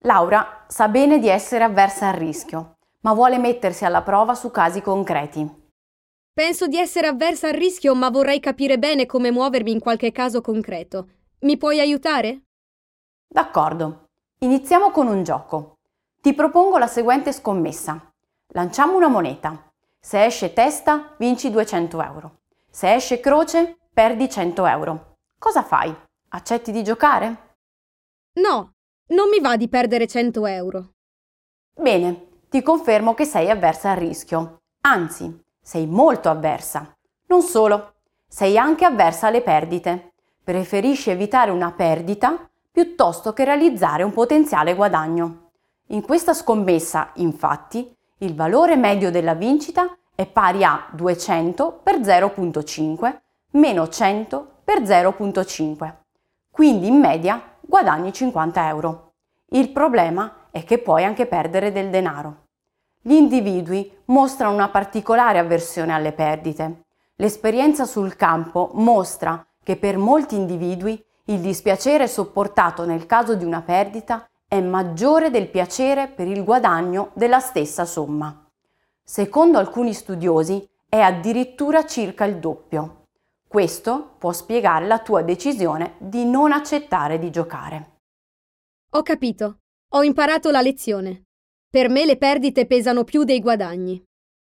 Laura sa bene di essere avversa al rischio, ma vuole mettersi alla prova su casi concreti. Penso di essere avversa al rischio, ma vorrei capire bene come muovermi in qualche caso concreto. Mi puoi aiutare? D'accordo, iniziamo con un gioco. Ti propongo la seguente scommessa. Lanciamo una moneta. Se esce testa, vinci 200 euro. Se esce croce, perdi 100 euro. Cosa fai? Accetti di giocare? No, non mi va di perdere 100 euro. Bene, ti confermo che sei avversa al rischio. Anzi, sei molto avversa. Non solo, sei anche avversa alle perdite. Preferisci evitare una perdita piuttosto che realizzare un potenziale guadagno. In questa scommessa, infatti, il valore medio della vincita è pari a 200 per 0,5 meno 100 per 0,5. Quindi in media guadagni 50 euro. Il problema è che puoi anche perdere del denaro. Gli individui mostrano una particolare avversione alle perdite. L'esperienza sul campo mostra che per molti individui il dispiacere sopportato nel caso di una perdita è maggiore del piacere per il guadagno della stessa somma. Secondo alcuni studiosi è addirittura circa il doppio. Questo può spiegare la tua decisione di non accettare di giocare. Ho capito. Ho imparato la lezione. Per me le perdite pesano più dei guadagni.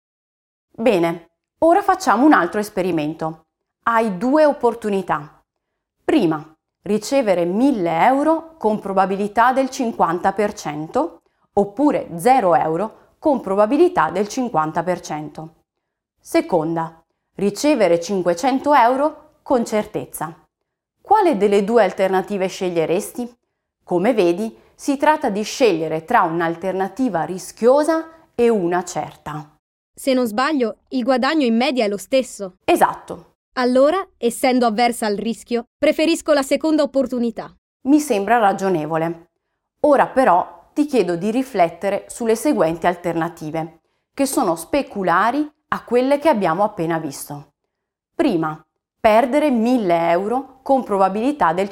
Bene, ora facciamo un altro esperimento. Hai due opportunità. Prima, ricevere 1000 euro con probabilità del 50% oppure 0 euro con probabilità del 50%. Seconda, ricevere 500 euro con certezza. Quale delle due alternative sceglieresti? Come vedi, si tratta di scegliere tra un'alternativa rischiosa e una certa. Se non sbaglio, il guadagno in media è lo stesso. Esatto. Allora, essendo avversa al rischio, preferisco la seconda opportunità. Mi sembra ragionevole. Ora però ti chiedo di riflettere sulle seguenti alternative, che sono speculari a quelle che abbiamo appena visto. Prima, perdere 1000 euro con probabilità del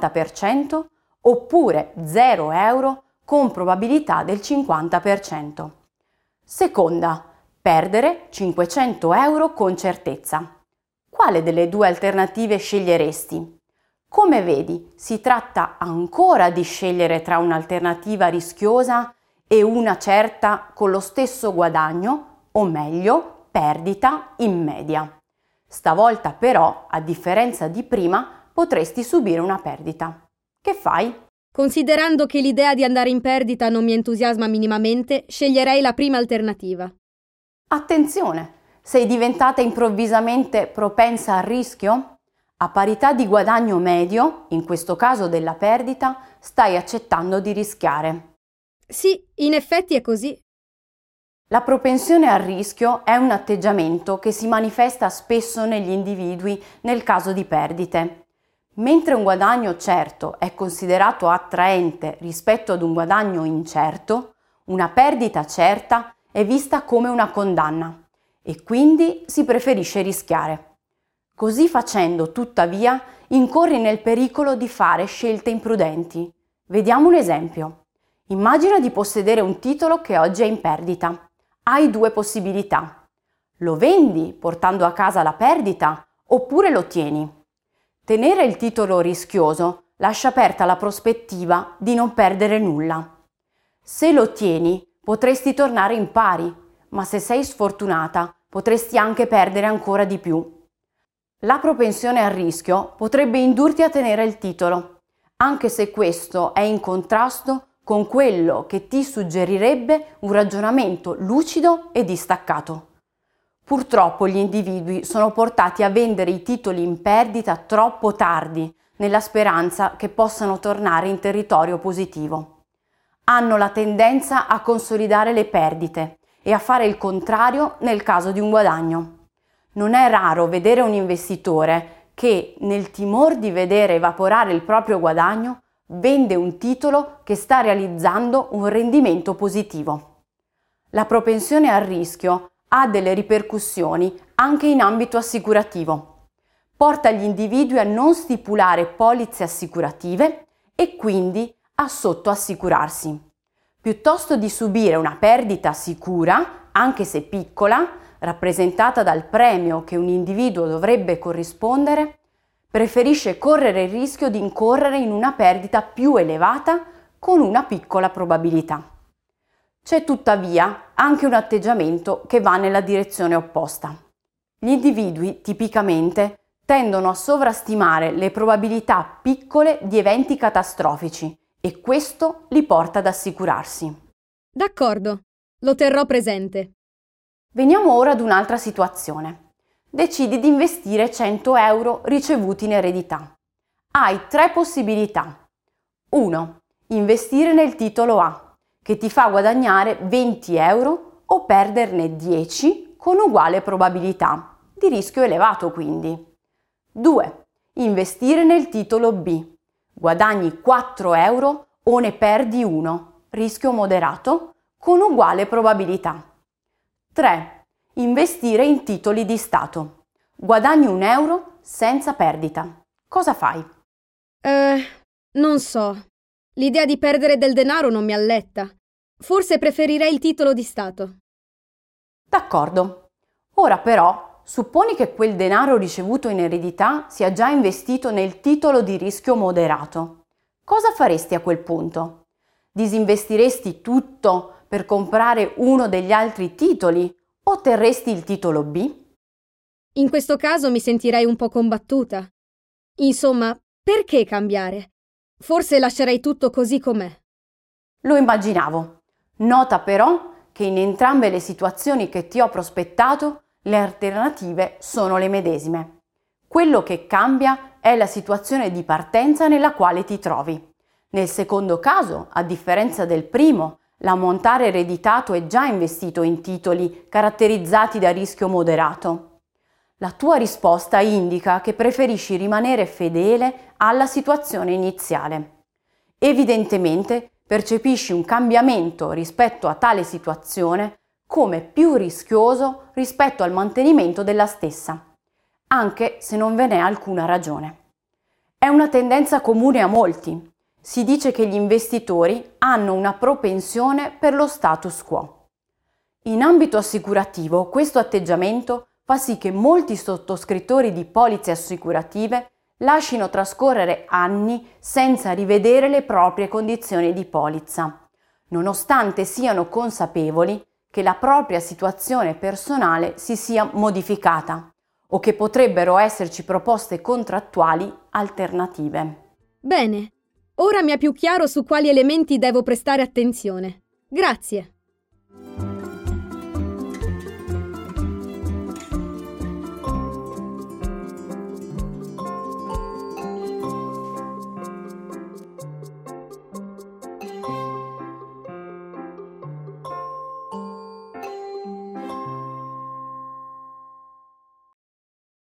50% oppure 0 euro con probabilità del 50%. Seconda, perdere 500 euro con certezza. Quale delle due alternative sceglieresti? Come vedi, si tratta ancora di scegliere tra un'alternativa rischiosa e una certa con lo stesso guadagno, o meglio, perdita in media. Stavolta però, a differenza di prima, potresti subire una perdita. Che fai? Considerando che l'idea di andare in perdita non mi entusiasma minimamente, sceglierei la prima alternativa. Attenzione! Sei diventata improvvisamente propensa al rischio? A parità di guadagno medio, in questo caso della perdita, stai accettando di rischiare. Sì, in effetti è così. La propensione al rischio è un atteggiamento che si manifesta spesso negli individui nel caso di perdite. Mentre un guadagno certo è considerato attraente rispetto ad un guadagno incerto, una perdita certa è vista come una condanna e quindi si preferisce rischiare. Così facendo, tuttavia, incorri nel pericolo di fare scelte imprudenti. Vediamo un esempio. Immagina di possedere un titolo che oggi è in perdita. Hai due possibilità. Lo vendi portando a casa la perdita oppure lo tieni. Tenere il titolo rischioso lascia aperta la prospettiva di non perdere nulla. Se lo tieni, potresti tornare in pari, ma se sei sfortunata, potresti anche perdere ancora di più. La propensione al rischio potrebbe indurti a tenere il titolo, anche se questo è in contrasto con quello che ti suggerirebbe un ragionamento lucido e distaccato. Purtroppo gli individui sono portati a vendere i titoli in perdita troppo tardi, nella speranza che possano tornare in territorio positivo. Hanno la tendenza a consolidare le perdite e a fare il contrario nel caso di un guadagno. Non è raro vedere un investitore che, nel timor di vedere evaporare il proprio guadagno, vende un titolo che sta realizzando un rendimento positivo. La propensione al rischio ha delle ripercussioni anche in ambito assicurativo. Porta gli individui a non stipulare polizze assicurative e quindi a sottoassicurarsi. Piuttosto di subire una perdita sicura, anche se piccola, rappresentata dal premio che un individuo dovrebbe corrispondere, preferisce correre il rischio di incorrere in una perdita più elevata con una piccola probabilità. C'è tuttavia anche un atteggiamento che va nella direzione opposta. Gli individui tipicamente tendono a sovrastimare le probabilità piccole di eventi catastrofici e questo li porta ad assicurarsi. D'accordo, lo terrò presente. Veniamo ora ad un'altra situazione. Decidi di investire 100 euro ricevuti in eredità. Hai 3 possibilità. 1. Investire nel titolo A, che ti fa guadagnare 20 euro o perderne 10 con uguale probabilità, di rischio elevato quindi. 2. Investire nel titolo B. Guadagni 4 euro o ne perdi 1, rischio moderato, con uguale probabilità. 3. Investire in titoli di Stato. Guadagni 1 euro senza perdita. Cosa fai? Non so. L'idea di perdere del denaro non mi alletta. Forse preferirei il titolo di Stato. D'accordo. Ora però, supponi che quel denaro ricevuto in eredità sia già investito nel titolo di rischio moderato. Cosa faresti a quel punto? Disinvestiresti tutto per comprare uno degli altri titoli o terresti il titolo B? In questo caso mi sentirei un po' combattuta. Insomma, perché cambiare? Forse lascerei tutto così com'è. Lo immaginavo. Nota però che in entrambe le situazioni che ti ho prospettato le alternative sono le medesime. Quello che cambia è la situazione di partenza nella quale ti trovi. Nel secondo caso, a differenza del primo, l'ammontare ereditato è già investito in titoli caratterizzati da rischio moderato. La tua risposta indica che preferisci rimanere fedele alla situazione iniziale. Evidentemente percepisci un cambiamento rispetto a tale situazione come più rischioso rispetto al mantenimento della stessa, anche se non ve n'è alcuna ragione. È una tendenza comune a molti. Si dice che gli investitori hanno una propensione per lo status quo. In ambito assicurativo, questo atteggiamento fa sì che molti sottoscrittori di polizze assicurative lascino trascorrere anni senza rivedere le proprie condizioni di polizza, nonostante siano consapevoli che la propria situazione personale si sia modificata o che potrebbero esserci proposte contrattuali alternative. Bene, ora mi è più chiaro su quali elementi devo prestare attenzione. Grazie.